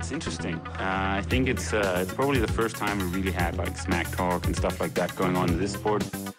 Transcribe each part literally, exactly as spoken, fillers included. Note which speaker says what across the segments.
Speaker 1: it's interesting. Uh, I think it's uh, it's probably the first time we really had like smack talk and stuff like that going on in this sport.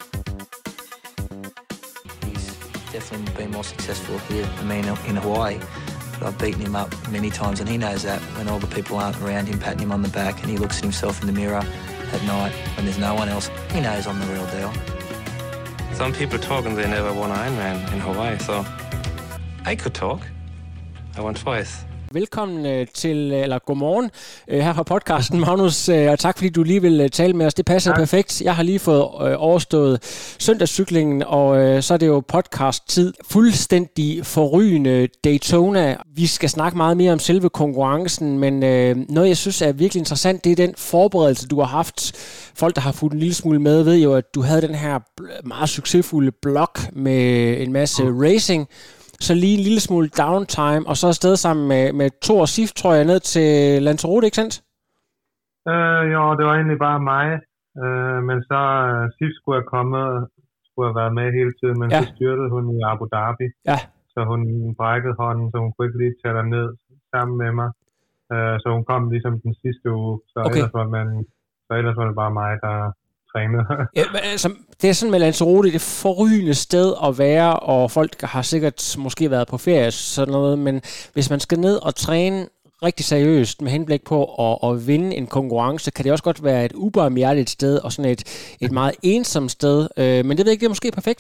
Speaker 2: He's definitely been more successful here than me in Hawaii. But I've beaten him up many times, and he knows that when all the people aren't around him patting him on the back, and he looks at himself in the mirror at night when there's no one else, he knows I'm the real deal.
Speaker 3: Some people talk and they never won Ironman in Hawaii, so I could talk. I won twice.
Speaker 4: Velkommen øh, til, eller godmorgen øh, her fra podcasten, Magnus, øh, og tak fordi du lige vil øh, tale med os. Det passer ja. perfekt. Jeg har lige fået øh, overstået søndagscyklingen, og øh, så er det jo podcast-tid. Fuldstændig forrygende Daytona. Vi skal snakke meget mere om selve konkurrencen, men øh, noget, jeg synes er virkelig interessant, det er den forberedelse, du har haft. Folk, der har fulgt en lille smule med, ved jo, at du havde den her meget succesfulde blog med en masse mm. racing. Så lige en lille smule downtime, og så afsted sammen med, med Thor Sif, tror jeg, ned til Lanzarote, ikke sandt?
Speaker 5: Øh, jo, det var egentlig bare mig. Øh, men så uh, Sif skulle have kommet, skulle have været med hele tiden, men ja. så styrtede hun i Abu Dhabi. Ja. Så hun brækkede hånden, så hun kunne ikke lige tage ned sammen med mig. Øh, så hun kom ligesom den sidste uge, så, okay. ellers, var man, så ellers var det bare mig, der... Ja,
Speaker 4: altså, det er sådan med Lanzarote, det er forrygende sted at være, og folk har sikkert måske været på ferie sådan noget, men hvis man skal ned og træne rigtig seriøst med henblik på at, at vinde en konkurrence, kan det også godt være et ubarmhjertigt sted, og sådan et, et meget ensomt sted, øh, men det ved jeg ikke, det er måske perfekt?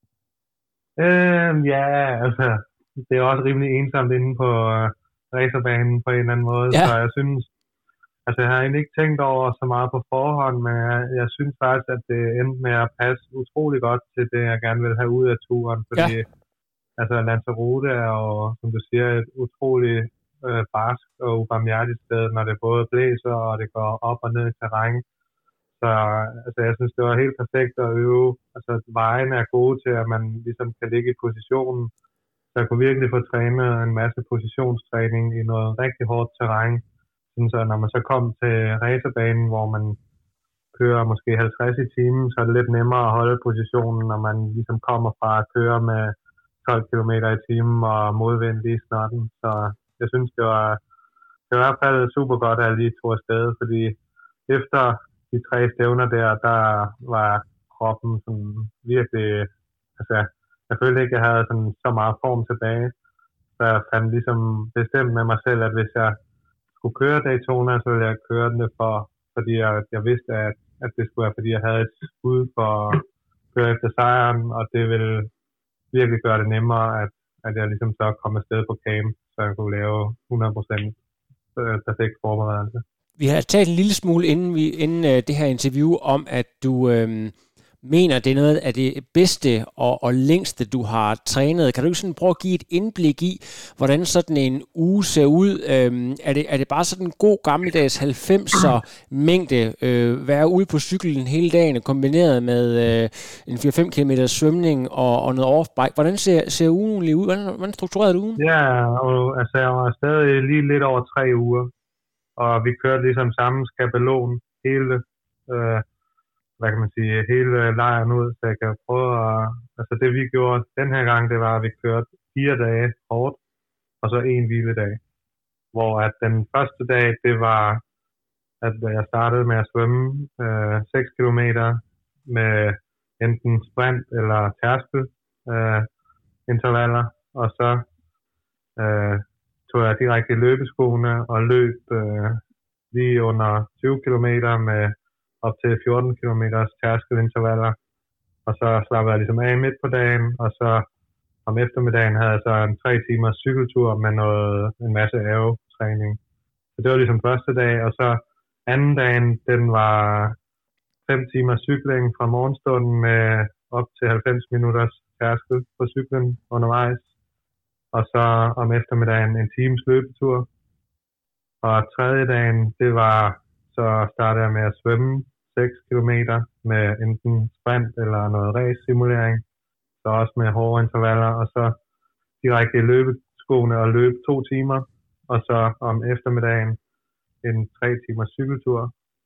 Speaker 5: Øh, ja, altså, det er også rimelig ensomt inde på uh, racerbanen på en eller anden måde, ja. Så jeg synes, altså, jeg har egentlig ikke tænkt over så meget på forhånd, men jeg, jeg synes faktisk, at det endte med at passe utrolig godt til det, jeg gerne vil have ud af turen. Fordi ja. altså, Lanzarote er jo, som du siger, et utroligt øh, barsk og ubarmhjertigt sted, når det både blæser og det går op og ned i terræn. Så altså, jeg synes, det var helt perfekt at øve. Altså, vejen er gode til, at man ligesom kan ligge i positionen. Så jeg kunne virkelig få trænet en masse positionstræning i noget rigtig hårdt terræn. Så når man så kom til racerbanen, hvor man kører måske halvtreds i timen, så er det lidt nemmere at holde positionen, når man ligesom kommer fra at køre med tolv kilometer i timen og modvind lige i snotten. Så jeg synes, det var, det var i hvert fald super godt, at jeg lige tog afsted, fordi efter de tre stævner der, der var kroppen sådan virkelig, altså jeg følte ikke, at jeg havde sådan så meget form tilbage. Så jeg fandt ligesom bestemt med mig selv, at hvis jeg skulle køre Daytona, så ville jeg køre den for, fordi jeg, jeg vidste, at, at det skulle være, fordi jeg havde et skud for at køre efter sejren, og det ville virkelig gøre det nemmere, at, at jeg ligesom så kom afsted på camp, så jeg kunne lave hundrede procent perfekt forberedelse.
Speaker 4: Vi har talt en lille smule inden, vi, inden uh, det her interview om, at du øhm, mener, det er noget af det bedste og, og længste, du har trænet. Kan du ikke sådan prøve at give et indblik i, hvordan sådan en uge ser ud? Øhm, er, det, er det bare sådan en god gammeldags halvfemser mængde, øh, være ude på cyklen hele dagen, kombineret med øh, en fire til fem kilometer svømning og, og noget off-bike? Hvordan ser, ser ugen lige ud? Hvordan, hvordan struktureret er ugen?
Speaker 5: Ja, og, altså jeg var stadig lige lidt over tre uger, og vi kørte ligesom samme skabelon hele øh, hvad kan man sige, hele lejren ud, så jeg kan prøve at, altså det vi gjorde den her gang, det var, at vi kørte fire dage hårdt, og så en hviledag. Hvor at den første dag, det var, at jeg startede med at svømme øh, seks kilometer med enten sprint eller tærskel øh, intervaller, og så øh, tog jeg direkte i løbeskoene og løb øh, lige under tyve kilometer med op til fjorten kilometers tærskelintervaller, og så slappede jeg ligesom af midt på dagen, og så om eftermiddagen havde jeg så en tre timers cykeltur med noget, en masse aerotræning. Så det var ligesom første dag, og så anden dagen, den var fem timers cykling fra morgenstunden med op til halvfems minutters tærskel på cyklen undervejs, og så om eftermiddagen en times løbetur. Og tredje dagen, det var, så startede jeg med at svømme seks kilometer med enten sprint eller noget race-simulering, så også med hårde intervaller, og så direkte i løbeskoene og løbe to timer, og så om eftermiddagen en tre timers cykeltur.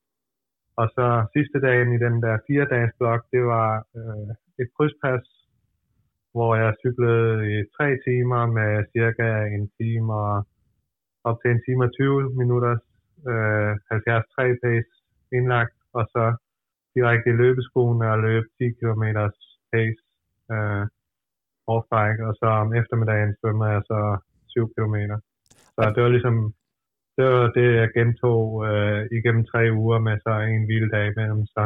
Speaker 5: Og så sidste dagen i den der fire dages blok, det var øh, et krydspas, hvor jeg cyklede i tre timer med cirka en time og op til en time og tyve minutters øh, halvfjerds tre pace indlagt, og så direkte i løbeskoene og løbe ti kilometers pace øh, off-bike, og så om eftermiddagen svømmer jeg så syv kilometer. Så det var ligesom, det var det, jeg gentog øh, igennem tre uger med så en hviledag imellem. Så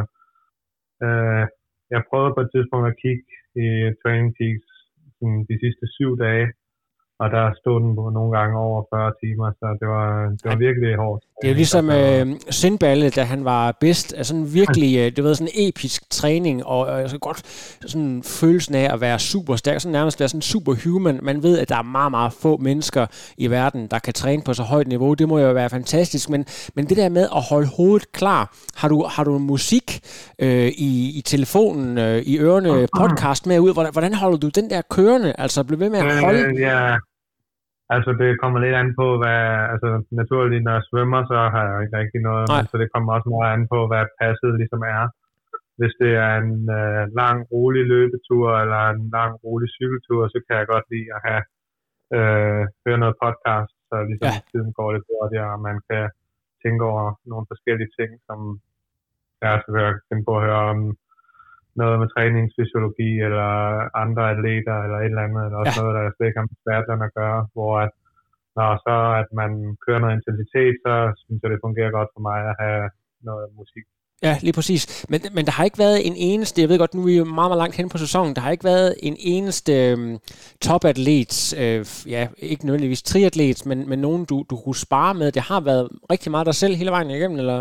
Speaker 5: øh, jeg prøvede på et tidspunkt at kigge i Training Peaks sådan, de sidste syv dage, og der stod den på nogle gange over fyrre timer, så det var, det var virkelig hårdt.
Speaker 4: Det er jo ligesom øh, Sindballe, da han var bedst, altså sådan virkelig, øh, det var sådan en episk træning, og øh, så godt sådan følelsen af at være super stærk, sådan nærmest være sådan superhuman. Man ved, at der er meget, meget få mennesker i verden, der kan træne på så højt niveau. Det må jo være fantastisk, men, men det der med at holde hovedet klar, har du, har du musik øh, i, i telefonen, øh, i ørerne, podcast med ud? Hvordan, hvordan holder du den der kørende? Altså, blive ved med at holde?
Speaker 5: Øh, ja. Altså, det kommer lidt an på, hvad... Altså, naturligt, når jeg svømmer, så har jeg ikke rigtig noget. Nej. Så det kommer også meget an på, hvad passet ligesom er. Hvis det er en øh, lang, rolig løbetur, eller en lang, rolig cykeltur, så kan jeg godt lide at have øh, høre noget podcast, så ligesom ja. Tiden går lidt hurtigere, og man kan tænke over nogle forskellige ting, som jeg så kan finde på at høre om noget med træningsfysiologi, eller andre atleter, eller et eller andet, eller også ja. Noget, der slet ikke har med triathlon at gøre, hvor at, når så at man kører noget intensitet, så synes jeg, det fungerer godt for mig at have noget musik.
Speaker 4: Ja, lige præcis. Men, men der har ikke været en eneste, jeg ved godt, nu er vi jo meget, meget langt hen på sæsonen, der har ikke været en eneste øhm, topatlet, øh, ja, ikke nødvendigvis triatlet, men, men nogen, du, du kunne spare med. Det har været rigtig meget dig selv hele vejen igennem, eller?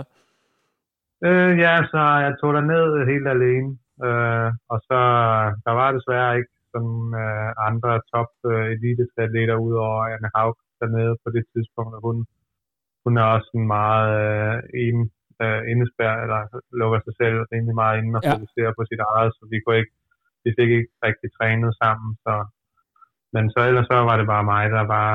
Speaker 5: Øh, ja, så jeg tog der ned helt alene. Uh, og så der var desværre ikke sådan uh, andre top uh, elite-atleter udover Anne Haug dernede på det tidspunkt, og hun, hun er også sådan meget uh, en, uh, indespærret, eller lukker sig selv rimelig meget inde og ja. Fokuserer på sit eget, så vi kunne ikke, vi fik ikke rigtig trænet sammen, så men så ellers så var det bare mig, der var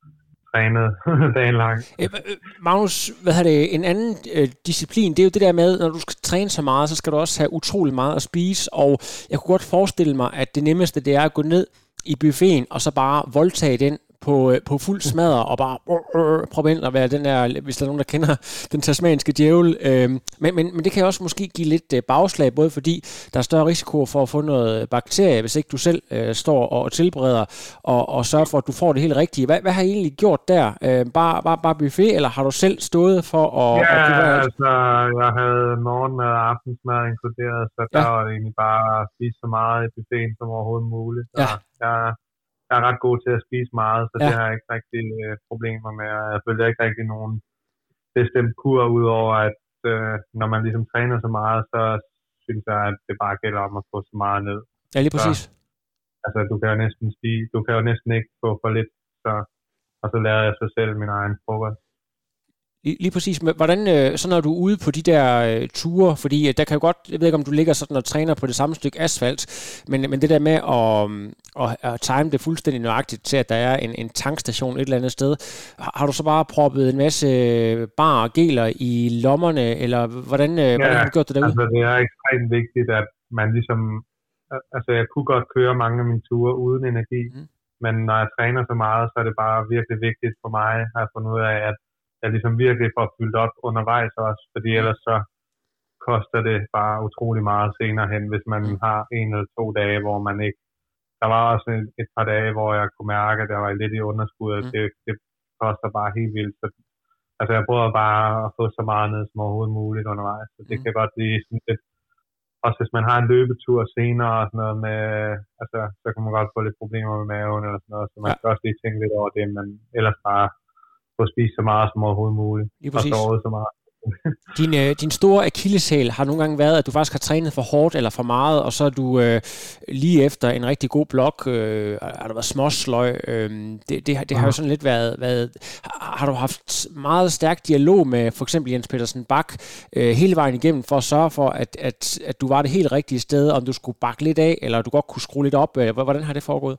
Speaker 5: trænet dagen lang.
Speaker 4: Magnus, hvad er det, en anden øh, disciplin, det er jo det der med, når du skal træne så meget, så skal du også have utrolig meget at spise, og jeg kunne godt forestille mig, at det nemmeste, det er at gå ned i buffeten, og så bare voldtage den på, på fuld smadre, og bare øh, øh, prøve ind at være den der, hvis der er nogen, der kender den tasmanske djævel. Øh, men, men, men det kan også måske give lidt øh, bagslag, både fordi der er større risiko for at få noget bakterie, hvis ikke du selv øh, står og tilbereder, og, og sørger for, at du får det helt rigtige. Hvad, hvad har I egentlig gjort der? Øh, bare, bare, bare buffet, eller har du selv stået for at...
Speaker 5: Ja,
Speaker 4: at
Speaker 5: altså, jeg havde morgenmad og aftensmad inkluderet, så ja. Der var det egentlig bare at spise så meget i buffeten som overhovedet muligt. Så ja. jeg, jeg er ret god til at spise meget, så ja. Det har jeg ikke rigtig øh, problemer med. Jeg føler ikke rigtig nogen bestemt kur, udover at øh, når man ligesom træner så meget, så synes jeg, at det bare gælder om at få så meget ned.
Speaker 4: Ja, lige præcis.
Speaker 5: Så, altså, du kan jo næsten spise, du kan jo næsten ikke få for lidt, så, og så lavede jeg så selv min egen frokost.
Speaker 4: Lige, lige præcis. Hvordan, så når du er ude på de der uh, ture, fordi uh, der kan jo godt, jeg ved ikke om du ligger sådan og træner på det samme stykke asfalt, men, men det der med at, at, at time det fuldstændig nøjagtigt til, at der er en, en tankstation et eller andet sted, har, har du så bare proppet en masse bar og geler i lommerne, eller hvordan, uh, ja, hvordan har du gjort det derude?
Speaker 5: Altså det er ekstremt vigtigt, at man ligesom, altså jeg kunne godt køre mange af mine ture uden energi, mm. men når jeg træner så meget, så er det bare virkelig vigtigt for mig at have fundet ud af, at jeg ligesom virkelig får fyldt op undervejs også, fordi ellers så koster det bare utrolig meget senere hen, hvis man har en eller to dage, hvor man ikke... Der var også et, et par dage, hvor jeg kunne mærke, at jeg var lidt i underskud, og det, det koster bare helt vildt. Så, altså jeg prøver bare at få så meget ned som overhovedet muligt undervejs, så det kan godt blive sådan lidt... Også hvis man har en løbetur senere og sådan noget med... Altså, så kan man godt få lidt problemer med maven eller sådan noget, så man skal også lige tænke lidt over det, men ellers bare... få at spise så meget som overhovedet muligt, og sove så meget.
Speaker 4: din, øh, din store akilleshæl har nogle gange været, at du faktisk har trænet for hårdt eller for meget, og så er du øh, lige efter en rigtig god blok, øh, har der været småsløj. Øh, det, det, det har jo sådan lidt været, været... Har du haft meget stærk dialog med for eksempel Jens Petersen Bach øh, hele vejen igennem, for at sørge for, at, at, at du var det helt rigtige sted, om du skulle bakke lidt af, eller du godt kunne skrue lidt op? Øh, hvordan har det foregået?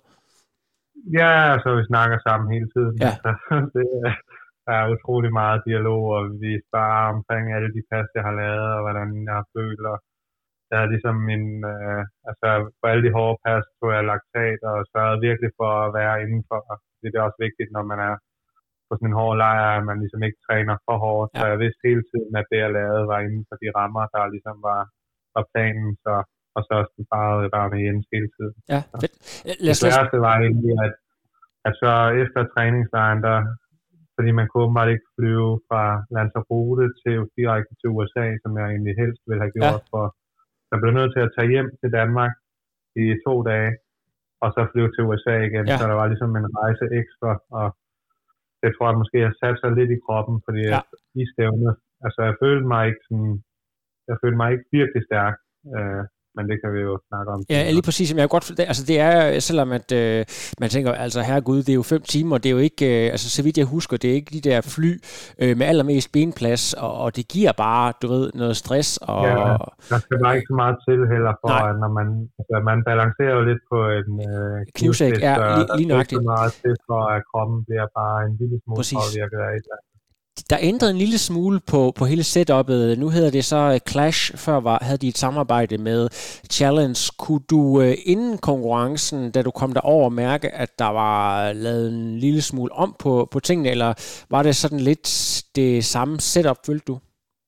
Speaker 5: Ja, altså vi snakker sammen hele tiden.
Speaker 4: Ja.
Speaker 5: det, der er utrolig meget dialog, og vi sparer omkring alle de pas, jeg har lavet, og hvordan jeg føler. Jeg er ligesom min, øh, altså på alle de hårde pas, tog jeg laktat, og sørgede virkelig for at være indenfor. Det er også vigtigt, når man er på sådan en hård lejr, at man ligesom ikke træner for hårdt. Ja. Så jeg vidste hele tiden, at det, jeg lavede, var inden for de rammer, der ligesom var, var planen. Så, og så sparede jeg bare med Jens hele tiden.
Speaker 4: Ja, fedt.
Speaker 5: Det sværeste var egentlig, at, at så efter træningslejren, der, fordi man kunne bare ikke flyve fra Lanzarote til direkte til U S A, som jeg egentlig helst ville have gjort. Ja. For jeg blev nødt til at tage hjem til Danmark i to dage, og så flyve til U S A igen. Ja. Så der var ligesom en rejse ekstra, og det tror jeg måske, jeg satte sig lidt i kroppen, fordi ja. I stævnet, altså jeg følte mig ikke sådan, jeg følte mig ikke virkelig stærk, øh, men det kan vi jo snakke om.
Speaker 4: Ja, lige præcis. Jeg godt, altså det er, selvom at øh, man tænker, altså herregud, det er jo fem timer, det er jo ikke, øh, altså så vidt jeg husker, det er ikke de der fly øh, med allermest benplads, og, og det giver bare, du ved, noget stress. Og,
Speaker 5: ja, der skal bare ikke så meget til heller for, nej. At når man, altså man balancerer jo lidt på en øh,
Speaker 4: knivsæk, ja, lige, lige nøjagtigt.
Speaker 5: Der er ikke så meget til for, at kroppen bliver bare en lille smule påvirket af et eller andet.
Speaker 4: Der ændrede en lille smule på, på hele setup'et. Nu hedder det så Clash. Før var, havde de et samarbejde med Challenge. Kunne du uh, inden konkurrencen, da du kom derover, mærke, at der var lavet en lille smule om på, på tingene, eller var det sådan lidt det samme setup, følte du?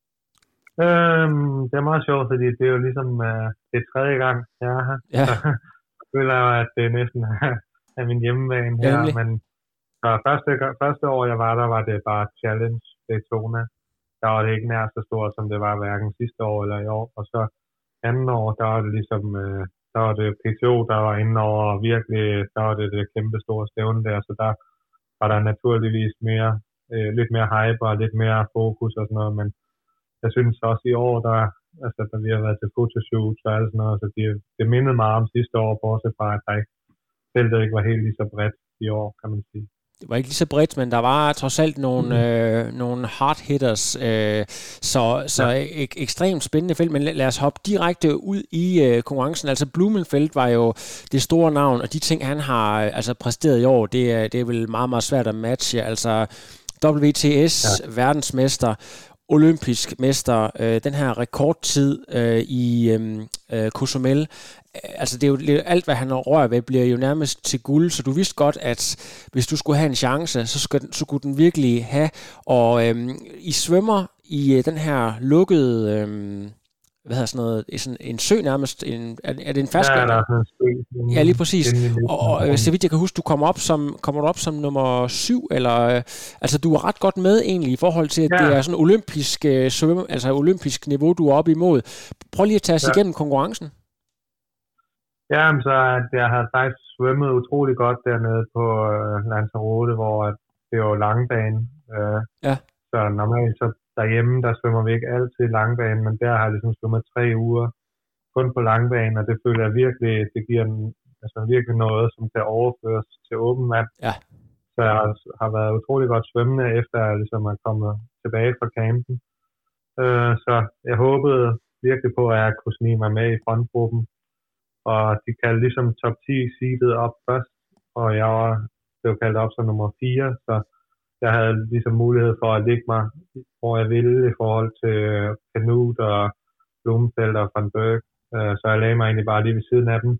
Speaker 5: Øhm, det er meget sjovt, fordi det er jo ligesom uh, det tredje gang, jeg er her. Ja. Jeg føler jo, at det næsten er min hjemmebane her, ja, men så første, første år, jeg var der, var det bare Challenge Daytona. Der var det ikke nær så stort, som det var hverken sidste år eller i år. Og så anden år, der var det ligesom, øh, der var det P T O, der var inde over, og virkelig, der var det det kæmpe store stævne der. Så der var der naturligvis mere, øh, lidt mere hype og lidt mere fokus og sådan noget. Men jeg synes også i år, der, altså, der vi har været til fotoshoots og alt sådan noget, så det, det mindede meget om sidste år, bortset fra, at der ikke, feltet ikke var helt lige så bredt i år, kan man sige.
Speaker 4: Det var ikke lige så bredt, men der var trods alt nogle, mm. øh, nogle hard hitters, øh, så, så ja. ek, ekstremt spændende felt, men lad, lad os hoppe direkte ud i øh, konkurrencen. Altså Blumenfeld var jo det store navn, og de ting, han har altså præsteret i år, det er, det er vel meget, meget svært at matche. Altså W T S, ja. Verdensmester, olympisk mester, øh, den her rekordtid øh, i øh, Cozumel. Altså det er jo alt, hvad han rører ved, bliver jo nærmest til guld, så du vidste godt, at hvis du skulle have en chance, så skulle, så skulle den virkelig have. Og øhm, I svømmer i øh, den her lukkede, øhm, hvad hedder sådan noget, sådan en sø nærmest, en, er, er det en ferskvand?
Speaker 5: Ja, der er sådan en sø.
Speaker 4: Ja, lige præcis. Og, og øh, så vidt jeg kan huske, du kommer op som, kommer du op som nummer syv, eller, øh, altså du er ret godt med egentlig i forhold til, at ja. Det er sådan olympisk øh, svømme, altså olympisk niveau, du er oppe imod. Prøv lige at tage os ja. Igennem konkurrencen.
Speaker 5: Ja, så jeg har faktisk svømmet utrolig godt dernede på øh, Lanzarote, hvor det er jo langbane. Øh, ja. Så normalt så derhjemme, der svømmer vi ikke altid langbane, men der har jeg ligesom svømmet tre uger kun på langbane, og det føler jeg virkelig, det giver en, altså virkelig noget, som kan overføres til åben vand. Ja. Så jeg har været utrolig godt svømmende, efter jeg ligesom er kommet tilbage fra campen. Øh, så jeg håbede virkelig på, at jeg kunne snige mig med i frontgruppen. Og de kaldte ligesom top ti seedet op først, og jeg var, blev kaldt op som nummer fire, så jeg havde ligesom mulighed for at ligge mig, hvor jeg ville i forhold til Canut og Blumenfeld og Van Berg, så jeg lagde mig egentlig bare lige ved siden af dem.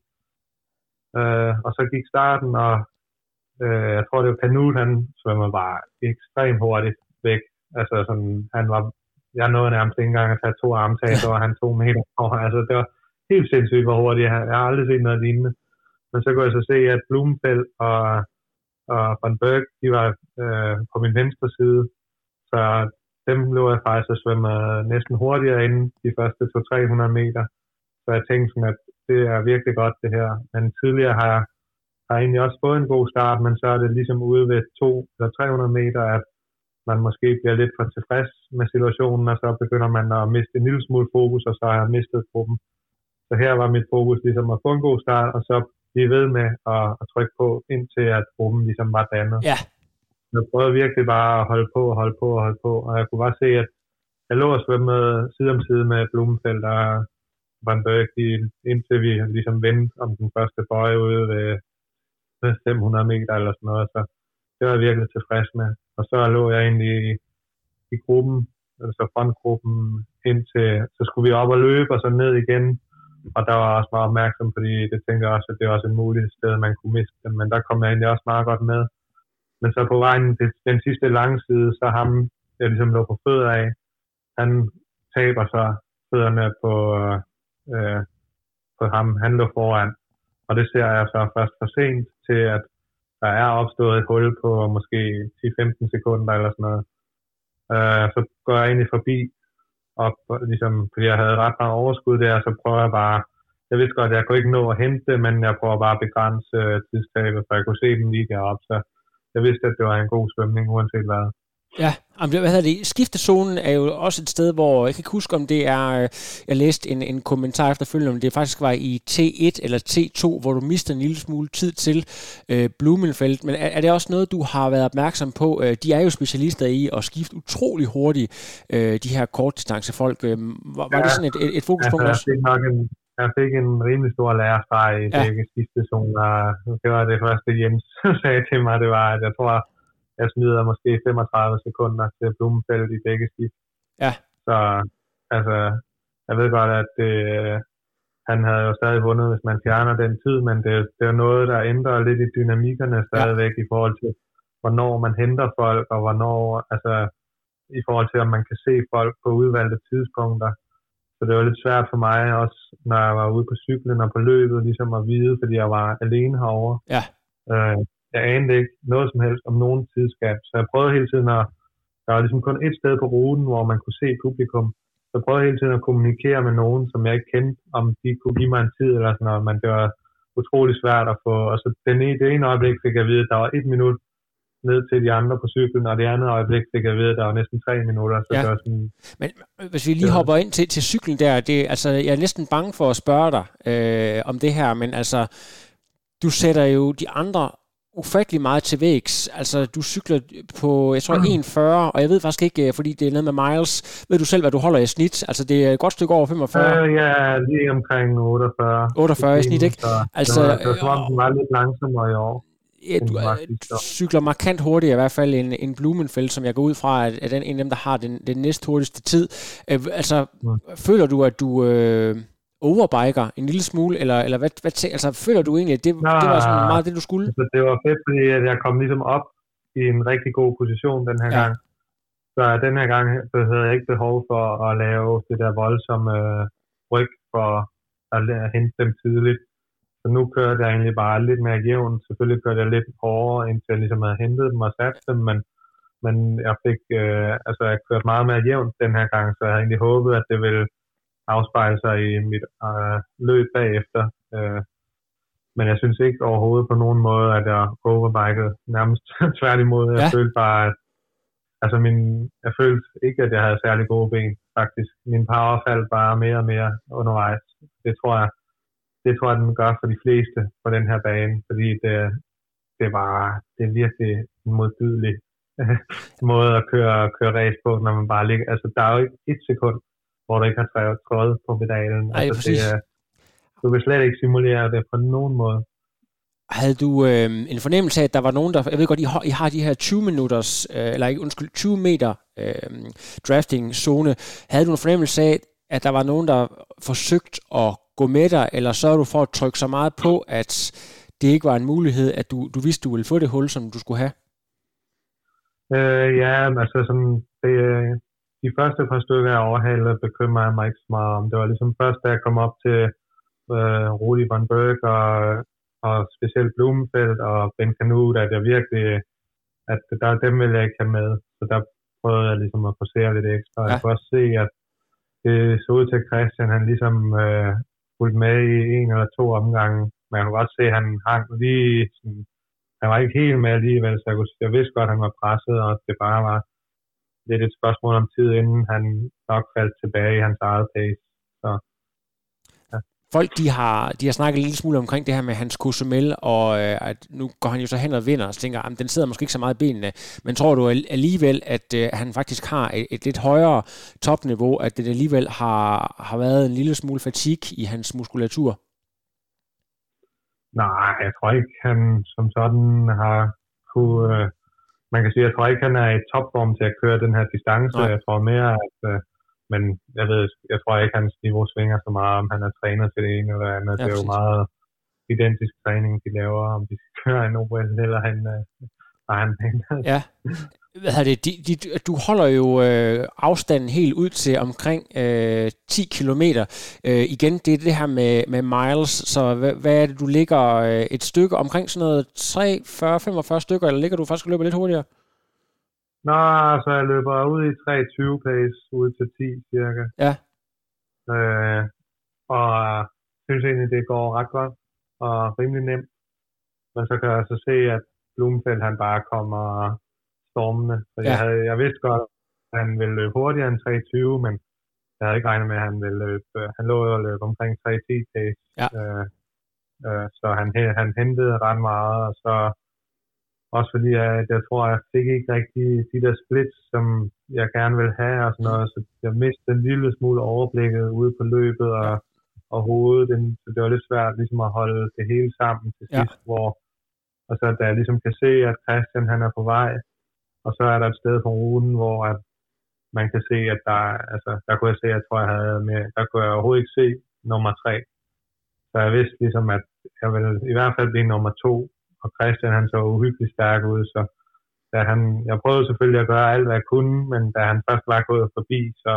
Speaker 5: Og så gik starten, og jeg tror det var Canut, han svømmer bare ekstremt hurtigt væk. Altså sådan, han var, jeg nåede nærmest ikke engang at tage to armtag, så var han to meter over, altså det var helt sindssygt, hvor hurtigt. Jeg har aldrig set noget lignende. Men så kunne jeg så se, at Blumenfeld og, og Van Berg, de var øh, på min venstre side. Så dem lå jeg faktisk at svømme næsten hurtigere inden de første to til tre hundrede meter. Så jeg tænkte sådan, at det er virkelig godt det her. Men tidligere har jeg, har jeg egentlig også fået en god start, men så er det ligesom ude ved to eller tre hundrede meter, at man måske bliver lidt for tilfreds med situationen, og så begynder man at miste en lille smule fokus, og så har jeg mistet gruppen. Så her var mit fokus ligesom at få en god start, og så blive ved med at, at trykke på, indtil at gruppen ligesom var dannet. Ja. Jeg prøvede virkelig bare at holde på og holde på og holde på, og jeg kunne bare se, at jeg lå og svømme side om side med Blumenfeld og Van Berg, indtil vi ligesom vendte om den første bøje ude ved fem hundrede meter eller sådan noget, så det var jeg virkelig tilfreds med. Og så lå jeg egentlig i, i gruppen, altså frontgruppen, indtil så skulle vi op og løbe og så ned igen. Og der var også meget opmærksom, fordi det tænkte jeg også, at det var også et muligt sted, man kunne miste dem. Men der kom jeg egentlig også meget godt med. Men så på vejen til den sidste lange side, så ham, jeg ligesom lå på fødder af, han taber så fødderne på, øh, på ham. Han lå foran. Og det ser jeg så først for sent til, at der er opstået et hul på måske ti til femten sekunder eller sådan noget. Øh, så går jeg egentlig forbi, og ligesom, fordi jeg havde ret meget overskud der, så prøver jeg bare, jeg vidste godt, at jeg kunne ikke nå at hente det, men jeg prøver bare at begrænse øh, tidstabet, for jeg kunne se den lige deroppe, så jeg vidste, at det var en god svømning, uanset hvad.
Speaker 4: Ja, hvad hedder det? Skiftezonen er jo også et sted, hvor jeg kan ikke huske, om det er, jeg læste en, en kommentar efterfølgende, om det faktisk var i T et eller T to, hvor du mister en lille smule tid til øh, Blumenfeld. Men er, er det også noget, du har været opmærksom på? De er jo specialister i at skifte utrolig hurtigt, øh, de her kortdistancefolk. Var, var ja, det sådan et, et, et fokuspunkt
Speaker 5: altså,
Speaker 4: også?
Speaker 5: Jeg fik, nok en, jeg fik en rimelig stor lærerstreg i ja. begge skiftezoner. Det var det første, Jens sagde til mig, det var, at jeg tror, jeg smider måske femogtredive sekunder til Blumenfeld i begge skift.
Speaker 4: Ja.
Speaker 5: Så altså, jeg ved godt, at det, han havde jo stadig vundet, hvis man fjerner den tid, men det, det er noget, der ændrer lidt i dynamikkerne stadigvæk ja. i forhold til, hvornår man henter folk, og hvornår, altså, i forhold til, om man kan se folk på udvalgte tidspunkter. Så det var lidt svært for mig også, når jeg var ude på cyklen og på løbet, ligesom at vide, fordi jeg var alene herovre.
Speaker 4: Ja.
Speaker 5: Øh, Jeg anede ikke noget som helst om nogen tidsskab, så jeg prøvede hele tiden at, der var ligesom kun et sted på ruten, hvor man kunne se publikum, så jeg prøvede hele tiden at kommunikere med nogen, som jeg ikke kendte, om de kunne give mig en tid eller sådan noget, men det var utrolig svært at få, og så den ene, det ene øjeblik fik jeg at vide, at der var et minut ned til de andre på cyklen, og det andet øjeblik fik jeg at vide, at der var næsten tre minutter, så
Speaker 4: ja.
Speaker 5: det var sådan...
Speaker 4: Men hvis vi lige hopper ind til, til cyklen der, det, altså, jeg er næsten bange for at spørge dig øh, om det her, men altså, du sætter jo de andre ufattelig meget til vægs. Altså, du cykler på, jeg tror, en fyrre, og jeg ved faktisk ikke, fordi det er noget med miles. Ved du selv, hvad du holder i snit? Altså, det er et godt stykke over femogfyrre.
Speaker 5: Øh, ja, lige omkring otteogfyrre.
Speaker 4: otteogfyrre i snit, ikke?
Speaker 5: Altså, det var, det var som om, den var lidt langsommere i år.
Speaker 4: Ja, du, du cykler markant hurtigere i hvert fald end, end Blumenfeld, som jeg går ud fra, at, at den, en af dem, der har den, den næst hurtigste tid. Øh, altså, mm. føler du, at du... Øh, overbiker en lille smule, eller, eller hvad, hvad tæ- altså, føler du egentlig, at det,
Speaker 5: Nå,
Speaker 4: det var sådan meget det, du skulle?
Speaker 5: Altså, det var fedt, fordi at jeg kom ligesom op i en rigtig god position den her ja. gang. Så den her gang havde jeg ikke behov for at lave det der voldsomme øh, ryg for at, at hente dem tidligt. Så nu kørte jeg egentlig bare lidt mere jævnt. Selvfølgelig kørte jeg lidt hårdere, indtil jeg ligesom havde hentet dem og sat dem, men, men jeg fik, øh, altså jeg kørte meget mere jævnt den her gang, så jeg havde egentlig håbet, at det ville afspejle sig i mit øh, løb bagefter. Øh, men jeg synes ikke overhovedet på nogen måde, at jeg overbikede. Nærmest tværtimod. Jeg ja. følte bare, at altså min, jeg følte ikke, at jeg havde særlig gode ben, faktisk. Min power faldt bare mere og mere undervejs. Det tror jeg, det tror jeg, den gør for de fleste på den her bane, fordi det, det er bare, det er virkelig en modbydelig måde at køre, køre race på, når man bare ligger, altså der er jo ikke et sekund, hvor du ikke har trådt på pedalen.
Speaker 4: Ej,
Speaker 5: altså, det, du kan slet ikke simulere det på nogen måde.
Speaker 4: Havde du øh, en fornemmelse af, at der var nogen, der... Jeg ved godt, I har, I har de her tyve minutters, øh, eller ikke, undskyld, tyve meter øh, drafting-zone. Havde du en fornemmelse af, at der var nogen, der forsøgte at gå med dig, eller så du for at trykke så meget på, at det ikke var en mulighed, at du, du vidste, du ville få det hul, som du skulle have?
Speaker 5: Øh, ja, altså sådan... Det, de første par stykker af overhalet bekymrer jeg mig ikke så meget om. Det var ligesom først, da jeg kom op til øh, Rudi van Berg og, og specielt Blumenfeld og Ben Kanute, at jeg virkelig, at der, dem ville jeg ikke have med. Så der prøvede jeg ligesom at forsere lidt ekstra. Ja. Jeg kunne også se, at det så ud til Christian, han ligesom øh, fulgte med i en eller to omgange. Men jeg kunne godt se, at han hang lige sådan, han var ikke helt med alligevel, så jeg, kunne, jeg vidste godt, at han var presset, og det bare var det er et spørgsmål om tid, inden han nok faldt tilbage i hans eget pace. Så,
Speaker 4: ja. Folk, de har, de har snakket en lille smule omkring det her med hans Cozumel, og øh, at nu går han jo så hen og vinder, og så tænker, at den sidder måske ikke så meget i benene. Men tror du alligevel, at øh, han faktisk har et, et lidt højere topniveau, at det alligevel har, har været en lille smule fatigue i hans muskulatur?
Speaker 5: Nej, jeg tror ikke, han som sådan har kunne... Øh, man kan sige, jeg tror ikke, han er i topform til at køre den her distance. Nej. Jeg tror mere, at... Øh, men jeg ved, jeg tror ikke, at hans niveau svinger så meget, om han er træner til det ene eller andet. Ja, det er jo meget identisk træning, de laver, om de skal køre en O L eller en, var han pænt.
Speaker 4: Ja. Hvad er det? De, de, du holder jo øh, afstanden helt ud til omkring øh, ti kilometer. Øh, igen, det er det her med, med miles, så hvad, hvad er det, du ligger øh, et stykke omkring sådan noget tre fyrre til femogfyrre stykker, eller ligger du faktisk og løber lidt hurtigere?
Speaker 5: Nå, så jeg løber ud i tre tyve pace, ud til ti cirka.
Speaker 4: Ja.
Speaker 5: Øh, og jeg synes egentlig, det går ret godt og rimelig nemt. Men så kan jeg så se, at Blumenfeldt, han bare kommer stormende. Så ja. jeg, havde, jeg vidste godt, at han ville løbe hurtigere end tre tyve, men jeg havde ikke regnet med, at han ville løbe. Han lå jo at løbe omkring tre ti pace.
Speaker 4: Ja.
Speaker 5: Øh, øh, så han, han hentede ret meget, og så også fordi, jeg, jeg tror, jeg fik ikke rigtig de der splits, som jeg gerne ville have og sådan noget, så jeg mistede en lille smule overblikket ude på løbet og, og hovedet. Den, så det var lidt svært ligesom at holde det hele sammen til sidst, ja. hvor og så da jeg ligesom kan se, at Christian han er på vej, og så er der et sted på ruten, hvor at man kan se, at der, altså, der kunne jeg se, jeg tror, jeg havde med, der kunne jeg overhovedet ikke se nummer tre. Så jeg vidste ligesom, at jeg ville i hvert fald blive nummer to, og Christian han så uhyggeligt stærk ud, så da han, jeg prøvede selvfølgelig at gøre alt, hvad jeg kunne, men da han først var gået forbi, så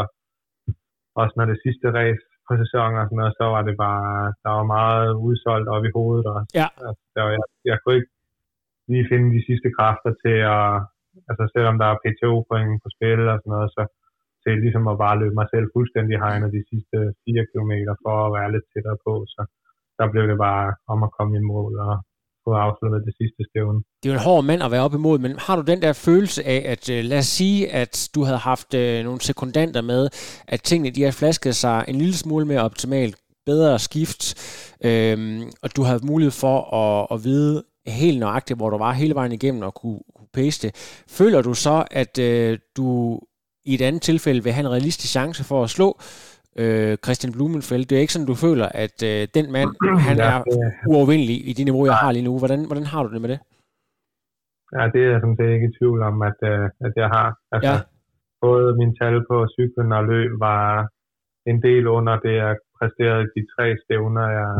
Speaker 5: også når det sidste race på sæsonen og sådan noget, så var det bare, der var meget udsolgt op i hovedet, og
Speaker 4: ja.
Speaker 5: altså, der, jeg, jeg kunne ikke lige finde de sidste kræfter til at, altså selvom der er P T O-point på spil og sådan noget, så til ligesom at bare løbe mig selv fuldstændig hegnet de sidste fire kilometer for at være lidt tættere på, så der blev det bare om at komme i mål og få afsluttet det sidste stævne.
Speaker 4: Det er jo en hård mand at være op imod, men har du den der følelse af, at uh, lad os sige, at du havde haft uh, nogle sekundanter med, at tingene de har flasket sig en lille smule mere optimalt, bedre skift, øhm, og du havde mulighed for at, at vide helt nøjagtigt, hvor du var hele vejen igennem og kunne, kunne pace det. Føler du så, at uh, du i et andet tilfælde vil have en realistisk chance for at slå øh, Christian Blumenfeldt? Det er ikke sådan, du føler, at øh, den mand, han er uovervindelig i det niveau, jeg har lige nu. Hvordan, hvordan har du det med det?
Speaker 5: Ja, det er jeg sådan set ikke i tvivl om, at, øh, at jeg har. Altså, ja. Både min tal på cyklen og løb var en del under det, jeg præsterede de tre stævner, jeg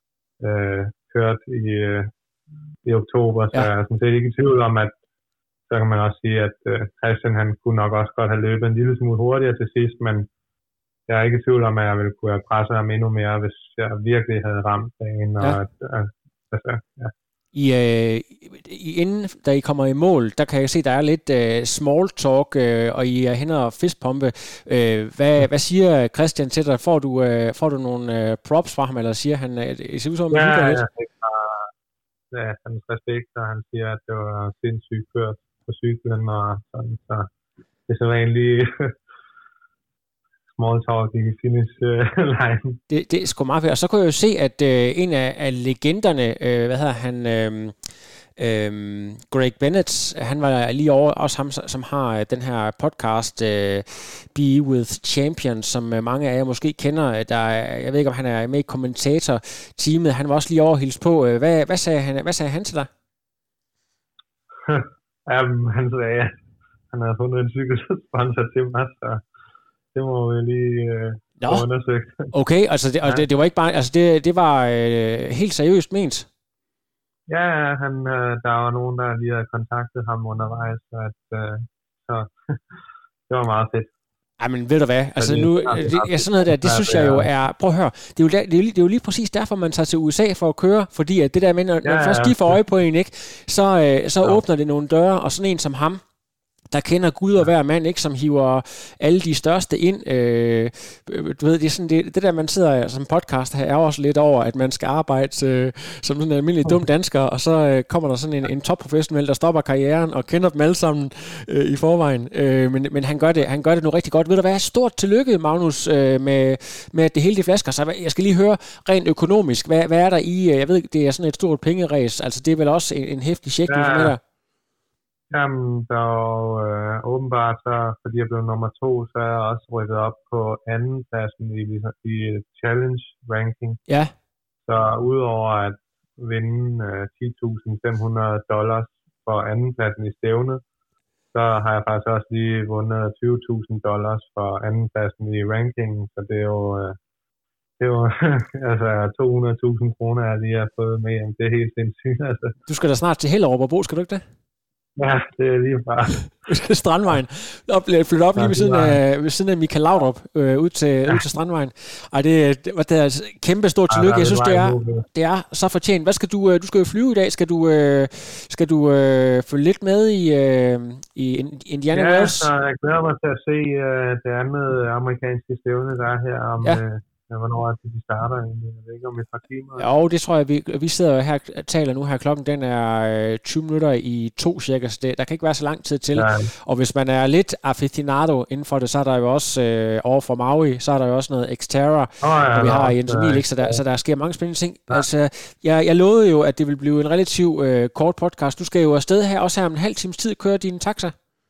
Speaker 5: øh, kørte i, øh, i oktober. Så ja. Jeg er sådan set ikke i tvivl om, at så kan man også sige, at øh, Christian han kunne nok også godt have løbet en lille smule hurtigere til sidst, men jeg er ikke i tvivl om, at jeg ville kunne have presset ham endnu mere, hvis jeg virkelig havde ramt dagen. Og, ja. at, altså, ja.
Speaker 4: I, øh, inden da I kommer i mål, der kan jeg se, der er lidt øh, small talk, øh, og I er hen og fistpumpe. Øh, hvad, hvad siger Christian til dig? Får du, øh, får du nogle øh, props fra ham, eller siger han, øh, det ser ud som,
Speaker 5: ja,
Speaker 4: ja,
Speaker 5: lidt? Ja, hans respekt, og han siger, at det var sindssygt kørt på cyklen, og sådan, så det er så egentlig small talk i finish uh, line.
Speaker 4: Det, det er sgu meget fedt. Og så kunne jeg jo se, at øh, en af, af legenderne, øh, hvad hedder han, øh, øh, Greg Bennett, han var lige over, også ham, som har øh, den her podcast, øh, Be With Champions, som øh, mange af jer måske kender. Der, jeg ved ikke, om han er med i kommentatorteamet. Han var også lige over at hilse på. Hvad, hvad, sagde han, hvad sagde han til dig?
Speaker 5: um, han sagde, at han havde fundet en cykelsponsor til mig, så det må vi lige øh, undersøge.
Speaker 4: Okay, altså det, ja. det, det var ikke bare, altså det, det var øh, helt seriøst ment?
Speaker 5: Ja, han, øh, der var nogen, der lige havde kontaktet ham undervejs, så, at, øh, så det var meget fedt.
Speaker 4: Ej, men ved du hvad, altså nu, det, ja, sådan noget der, det synes jeg jo er, prøv at høre, det er, jo, det, er jo, det er jo lige præcis derfor, man tager til U S A for at køre, fordi at det der med, når, ja, når først de får øje på en, ikke, så, øh, så ja. åbner det nogle døre, og sådan en som ham, der kender Gud og hver mand, ikke, som hiver alle de største ind. Øh, du ved, det er sådan det, det der, man sidder som podcast her, er også lidt over, at man skal arbejde øh, som sådan en almindelig dum dansker, og så øh, kommer der sådan en, en topprofessionel, der stopper karrieren og kender dem alle sammen øh, i forvejen. Øh, men men han, gør det, han gør det nu rigtig godt. Ved du hvad, stort tillykke, Magnus, øh, med, med at det hele de flasker. Så jeg skal lige høre rent økonomisk, hvad, hvad er der i, jeg ved, det er sådan et stort pengeræs, altså det er vel også en, en hæftig check, ja. med dig?
Speaker 5: Jamen, der var øh, åbenbart, så, fordi jeg blev nummer to, så er jeg også rykket op på anden pladsen i, i Challenge Ranking.
Speaker 4: Ja.
Speaker 5: Så udover at vinde øh, ti tusind fem hundrede dollars for anden pladsen i stævnet, så har jeg faktisk også lige vundet tyve tusind dollars for anden pladsen i rankingen, så det er jo, øh, det er jo altså to hundrede tusind kroner, jeg lige har fået med, det er helt sindssygt. Altså.
Speaker 4: Du skal da snart til Hellerup og Bo, skal du ikke det?
Speaker 5: Ja, det er lige bare.
Speaker 4: Strandvejen. Op, flytte op lige ved siden af, ved siden af Michael Laudrup, øh, ud, til, ja. ud til Strandvejen. Ej, det, det, det er et kæmpe stort tillykke. Jeg synes, det er, det er så fortjent. Hvad skal du, du skal jo flyve i dag. Skal du, øh, skal du øh, følge lidt med i, øh, i Indiana Wells?
Speaker 5: Ja, så jeg glæder mig til at se øh, det andet amerikanske stævne, der er her om... Ja. Øh, hvornår er det, de starter egentlig? Jeg ved ikke, om et par timer.
Speaker 4: Jo, det tror jeg, vi, vi sidder her og taler nu her. Klokken den er tyve minutter i to cirka, så det, der kan ikke være så lang tid til. Nej. Og hvis man er lidt aficionado inden for det, så er der jo også øh, over for Maui, så er der jo også noget Xterra, oh, ja, og vi har Jens Emil, ikke? Så der, så der sker mange spændende ting. Ja. Altså, jeg, jeg lovede jo, at det vil blive en relativt øh, kort podcast. Du skal jo afsted her, også her om en halv times tid, køre din taxa.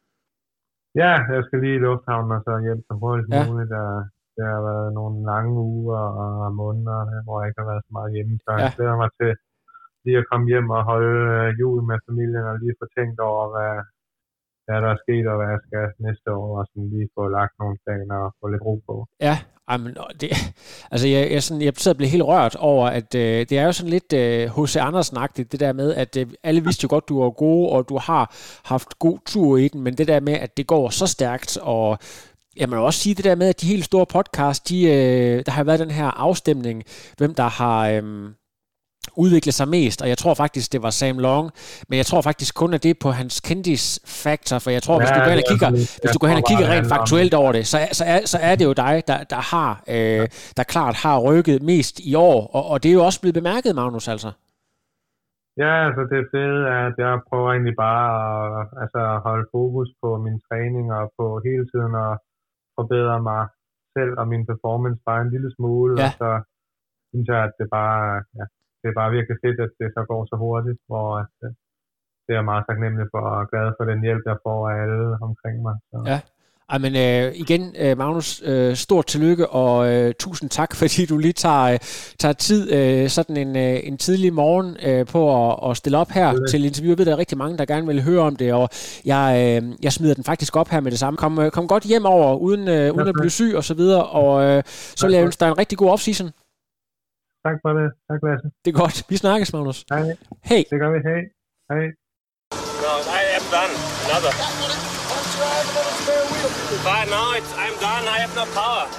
Speaker 5: Ja, jeg skal lige i lufthavnen og så hjem så hurtigt ja. muligt. Der, det har været nogle lange uger og måneder, hvor jeg ikke har været så meget hjemme. Så jeg glæder mig til lige at komme hjem og holde jul med familien og lige få tænkt over, hvad, hvad der er sket og hvad jeg skal næste år. Og sådan lige få lagt nogle planer og få lidt ro på.
Speaker 4: Ja, Jamen, det, altså jeg, jeg, sådan, jeg sidder og bliver helt rørt over, at øh, det er jo sådan lidt H C øh, Andersen-agtigt, det der med, at øh, alle vidste jo godt, du var gode, og du har haft god tur i den, men det der med, at det går så stærkt, og jeg må også sige det der med, at de helt store podcasts, de, øh, der har været den her afstemning, hvem der har øh, udviklet sig mest, og jeg tror faktisk, det var Sam Long, men jeg tror faktisk kun, at det er på hans kendis-faktor, for jeg tror, ja, hvis du går hen og kigger, hvis du går hen og kigger rent faktuelt over det, så, så, er, så er det jo dig, der, der har, øh, der klart har rykket mest i år, og, og det er jo også blevet bemærket, Magnus, altså.
Speaker 5: Ja, altså det fede er, at jeg prøver egentlig bare at altså, holde fokus på min træning og på hele tiden at forbedre mig selv og min performance bare en lille smule, ja. Og så synes jeg, at det bare, ja, det er bare virkelig fedt, at det så går så hurtigt, hvor at, det er meget taknemmelig for og glad for den hjælp, jeg får af alle omkring mig. Så.
Speaker 4: Ja. Ej, men øh, igen, øh, Magnus, øh, stort tillykke, og øh, tusind tak, fordi du lige tager, øh, tager tid øh, sådan en, øh, en tidlig morgen øh, på at, at stille op her ja. til interview. Jeg ved, der er rigtig mange, der gerne vil høre om det, og jeg, øh, jeg smider den faktisk op her med det samme. Kom, øh, kom godt hjem over, uden, øh, uden at blive syg og så videre, og øh, så vil jeg ønske dig en rigtig god off-season.
Speaker 5: Tak for det. Tak, Lasse.
Speaker 4: Det er godt. Vi snakkes, Magnus.
Speaker 5: Hej.
Speaker 4: Hej.
Speaker 5: Det gør vi. Hej. Hej.
Speaker 6: No, I am done. Another. But now it's, I'm done. I have no power.